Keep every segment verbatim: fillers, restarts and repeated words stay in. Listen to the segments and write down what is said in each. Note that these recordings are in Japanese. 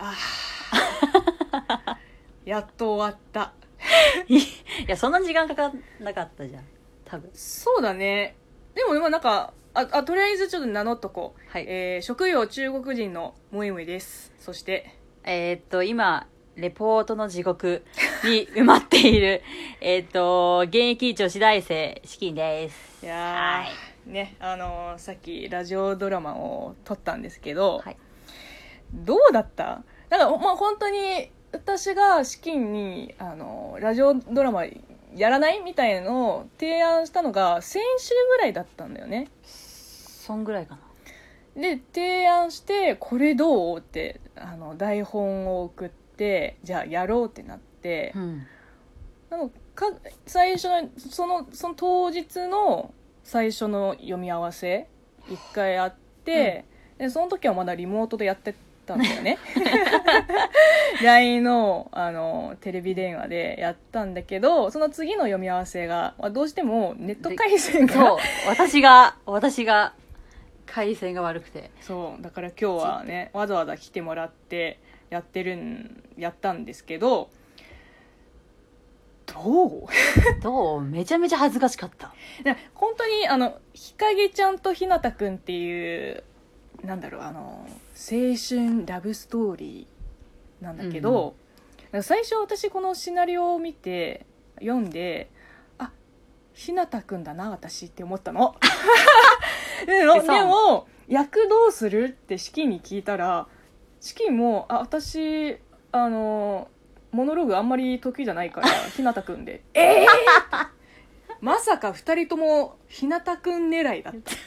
はあやっと終わったいやそんな時間かかんなかったじゃん多分。 そうだね。でも今なんかああとりあえずちょっと名乗っとこう、 はい、 えー、職業中国人のもえもえです。そしてえー、っと今レポートの地獄に埋まっているえっと現役女子大生資金です。 いやはい、 ねあのー、さっきラジオドラマを撮ったんですけど、 はい、 どうだった？なんかまあ本当に私が資金にあのラジオドラマやらないみたいなのを提案したのが先週ぐらいだったんだよね。 そんぐらいかな。 で提案してこれどうってあの台本を送ってじゃあやろうってなって、 うん、 あのか最初のそのその当日の最初の読み合わせ一回あって、うん、でその時はまだリモートでやってたんだよねライン の, あのテレビ電話でやったんだけど、その次の読み合わせが、まあ、どうしてもネット回線がそう私が私が回線が悪くて、 そうだから今日はねわざわざ来てもらってやってるんやったんですけど、どうどうめちゃめちゃ恥ずかしかった。 本当にあの日陰ちゃんとひなたくんっていうなんだろうあの青春ラブストーリーなんだけど、うん、最初私このシナリオを見て読んであひなたくんだな私って思ったので, でも役どうするって資金に聞いたら資金もあ私あのモノローグあんまり得意じゃないからひなたくんでえーまさかふたりともひなたくん狙いだった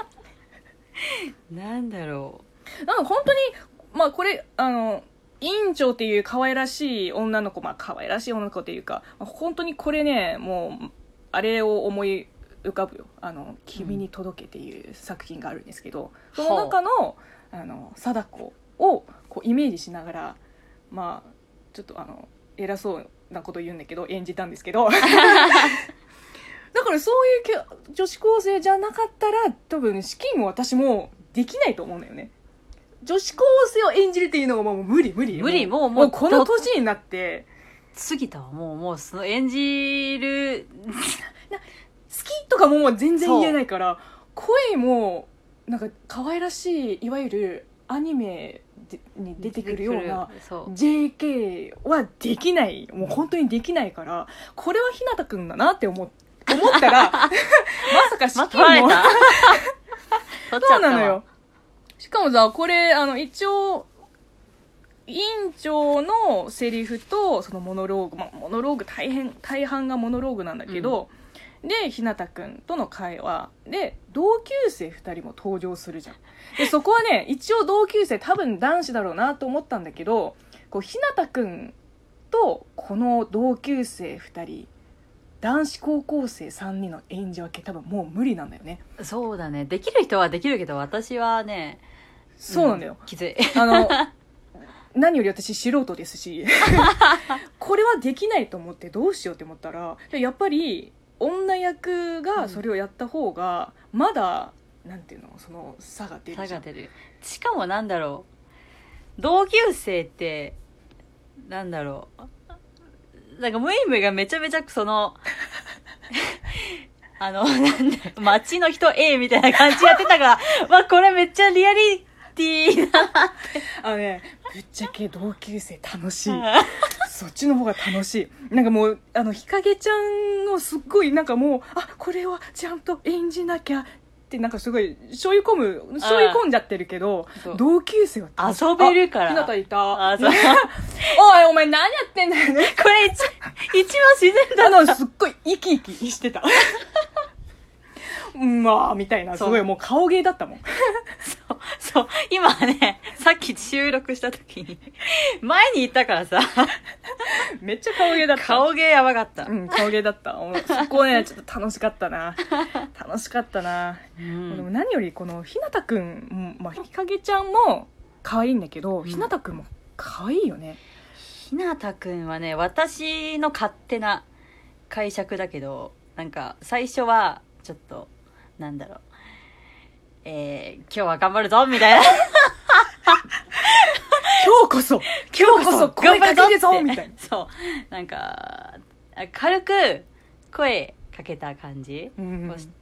なんだろうなんか本当にまあこれあの委員長っていう可愛らしい女の子まあ可愛らしい女の子っていうか、まあ、本当にこれねもうあれを思い浮かぶよあの君に届けっていう作品があるんですけど、うん、その中のあの貞子をこうイメージしながらまあちょっとあの偉そうなこと言うんだけど演じたんですけどだからそういう女子高生じゃなかったら多分資金も私もできないと思うんだよね。女子高生を演じるっていうのがもう無理無理無理もうもうもうこの年になって過ぎたわもうもうその演じる好きとかももう全然言えないから声もなんか可愛らしいいわゆるアニメに出てくるような ジェーケー はできないもう本当にできないからこれはひなたくんだなって思, 思ったらまさか資金もそうなのよ。しかもさこれあの一応委員長のセリフとそのモノローグ、まあ、モノローグ大変大半がモノローグなんだけど、うん、でひなたくんとの会話で同級生ふたりも登場するじゃん。でそこはね一応同級生多分男子だろうなと思ったんだけどこうひなたくんとこの同級生ふたり男子高校生さんにんの演じ分け多分もう無理なんだよね。 そうだねできる人はできるけど私はねそうなんだよ、 うん、きついあの何より私素人ですしこれはできないと思ってどうしようって思ったらやっぱり女役がそれをやった方がまだ、うん、なんていうのその差が出るじゃん。 差が出る。しかもなんだろう同級生ってなんだろうなんかムイムイがめちゃめちゃそのあのなんだ街の人 A みたいな感じやってたからまあこれめっちゃリアリティだなってあのねぶっちゃけ同級生楽しいそっちの方が楽しい。なんかもうあの日陰ちゃんをすっごいなんかもうあこれはちゃんと演じなきゃってなんかすごい背負い込む背負い込んじゃってるけど同級生は楽しい。 遊べるから。 ひなたいた。 あそうおいお前何やってんだよねこれ一一番自然だなのすっごい生き生きしてたまあみたいなすごいもう顔芸だったもんそうそう今ねさっき収録した時に前に行ったからさめっちゃ顔芸だった顔芸やばかったうん顔芸だったそこねちょっと楽しかったな楽しかったな、うん、でも何よりこのひなたくん、まあ、ひかげちゃんも可愛いんだけど、うん、ひなたくんも可愛いよね。 ひなたくんはね私の勝手な解釈だけどなんか最初はちょっとなんだろうえー、今日は頑張るぞみたいな今日こそ今日こそ声かけるぞみたいな、 そうなんか軽く声かけた感じをして、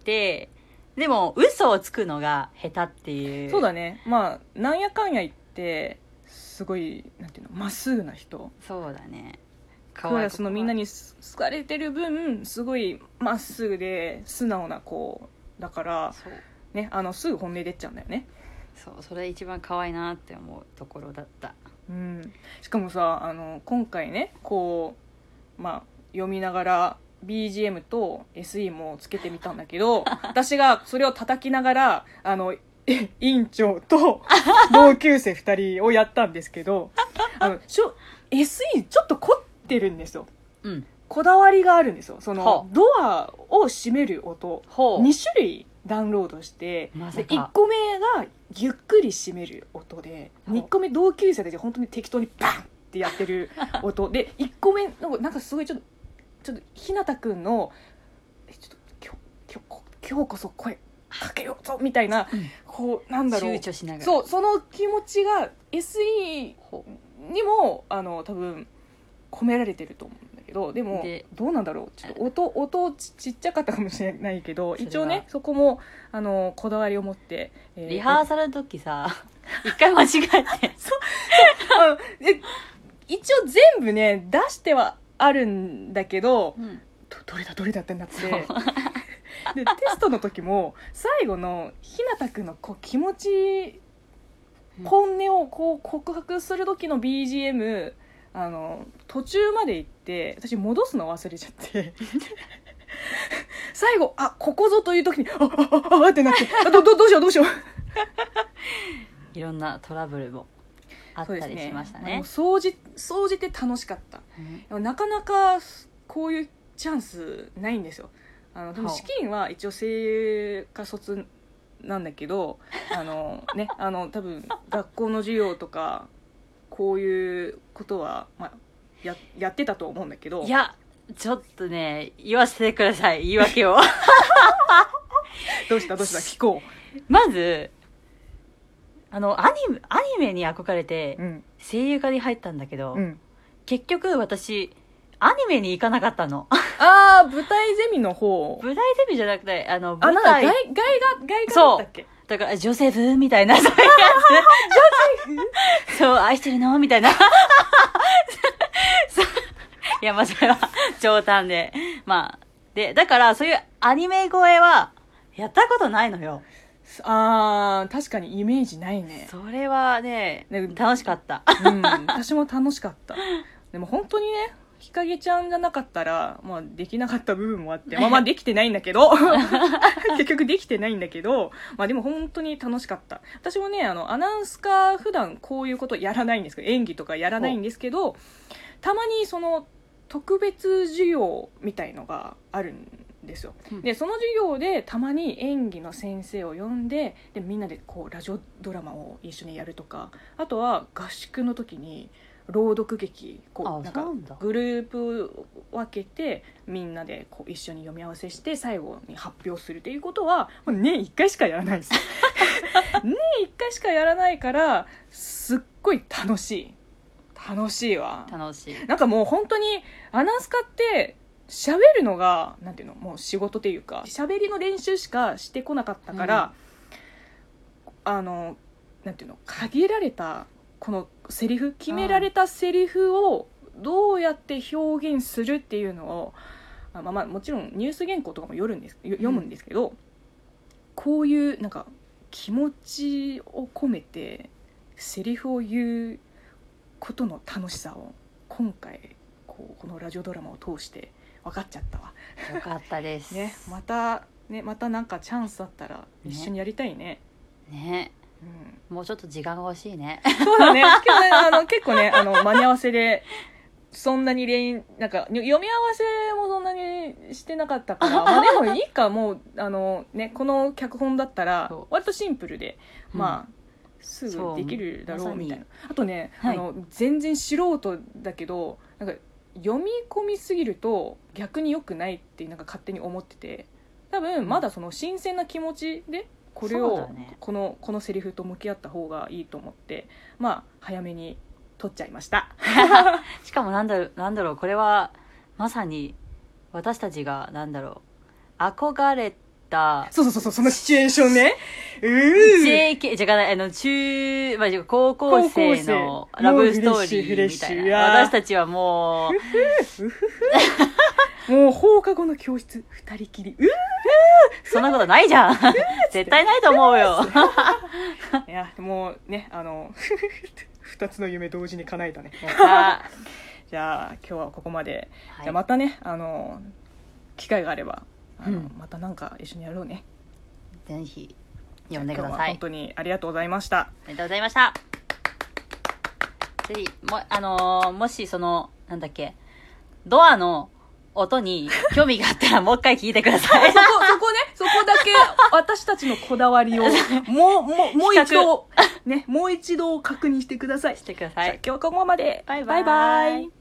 うん、でも嘘をつくのが下手っていう。 そうだね。まあなんやかんや言ってすごいなんていうのまっすぐな人。 そうだね。 クラスのみんなに好かれてる分すごいまっすぐで素直な子だからね、あのすぐ本音出ちゃうんだよね。 そうそれ一番可愛いなって思うところだった。 うん、しかもさあの今回ねこうまあ読みながら ビージーエム と エスイー もつけてみたんだけど私がそれを叩きながらあの委員長と同級生ふたりをやったんですけどあのしょ エスイー ちょっと凝ってるんですよ、 うん、 こだわりがあるんですよ。そのドアを閉める音に種類ダウンロードして、 までいっこめがゆっくり閉める音でいっこめ同級生たち本当に適当にバンってやってる音でいっこめのなんかすごいちょっとちょっとひなたくんのちょっと今日今日今日こそ声かけようぞみたいな、うん、こうなんだろう躊躇しながらそうその気持ちが エスイー にもあの多分込められてると思うんだけど、でもでどうなんだろうちょっと音音ち, ちっちゃかったかもしれないけど一応ねそこもあのこだわりを持って、 えー、リハーサルの時さ一回間違えてそうあのえ一応全部ね出してはあるんだけど、うん、ど, どれだどれだってなってでテストの時も最後のひなたくんのこう気持ち本音をこう告白する時の ビージーエム あの途中まで行って私戻すの忘れちゃって最後あここぞという時にああああってなってあ ど, ど, どうしようどうしよういろんなトラブルもあったりしましたね。 総じ総じて楽しかった、うん、なかなかこういうチャンスないんですよ。あのでも試験は一応生科卒なんだけどあの、ね、あの多分学校の授業とかこういうことは、まあ、や, やってたと思うんだけど、 いやちょっとね言わせてください言い訳をどうしたどうした聞こう。まずあのアニメ、アニメに憧れて声優科に入ったんだけど、うん、結局私アニメに行かなかったの。 ああ舞台ゼミの方。 舞台ゼミじゃなくてあの舞台あなんか外画外画だったっけ。 だからジョセフみたいなそういうやつジョセフそう愛してるのみたいないやまあそれは冗談でまあでだからそういうアニメ声はやったことないのよ。 あー確かにイメージないね。 それはね楽しかった、 うん、私も楽しかった。でも本当にね日陰ちゃんじゃなかったら、まあ、できなかった部分もあってまあまあできてないんだけど結局できてないんだけど、まあ、でも本当に楽しかった。私もねあのアナウンス科普段こういうことやらないんですけど演技とかやらないんですけどたまにその特別授業みたいのがあるんですよ、うん、でその授業でたまに演技の先生を呼んで、でみんなでこうラジオドラマを一緒にやるとか、あとは合宿の時に朗読劇こうなんかグループ分けてみんなでこう一緒に読み合わせして最後に発表するっていうことは年いっかいしかやらないです年いっかいしかやらないからすっごい楽しい楽しいわ。 楽しい。 なんかもう本当にアナウンス科って喋るのがなんていうのもう仕事っていうか喋りの練習しかしてこなかったから、うん、あのなんていうの限られたこのセリフ決められたセリフをどうやって表現するっていうのを、まあまあもちろんニュース原稿とかも読むんです、読むんですけど、うん、こういうなんか気持ちを込めてセリフを言うことの楽しさを今回こうこのラジオドラマを通して分かっちゃったわ。 よかったですね、またねまたなんかチャンスあったら一緒にやりたいね。 ね。ねうん、もうちょっと時間が欲しいね。 そうだね。今日ねあの結構ねあの間に合わせでそんなに練なんか読み合わせもそんなにしてなかったから、まあでもいいかもうあのねこの脚本だったら割とシンプルで、まあ、うん、すぐできるだろうみたいな。あとね、はい、あの全然素人だけどなんか読み込みすぎると逆に良くないってなんか勝手に思ってて、多分まだその新鮮な気持ちでこれを、ね、このこのセリフと向き合った方がいいと思って、まあ早めに撮っちゃいました。 しかもなんだろう、なんだろう、これはまさに私たちがなんだろう、憧れた、 そうそうそう、そのシチュエーションね。 うー ジェーケー じゃがあの中、まあ、高校生のラブストーリーみたいな。私たちはもうもう放課後の教室二人きり、うーそんなことないじゃん。絶対ないと思うよ。 いやもうね、あの二つの夢同時に叶えたね。じゃあ今日はここまで、はい、じゃあまたね、あの機会があればあの、うん、またなんか一緒にやろうね。 ぜひ呼んでください。 本当にありがとうございました。ありがとうございました。ぜひもあのー、もしそのなんだっけドアの音に興味があったらもう一回聞いてください。 そこそこね、そこだけ私たちのこだわりをもうもうもう一度ね、もう一度確認してください。 してください。 今日はここまで。 バイバイ。 バイバイ。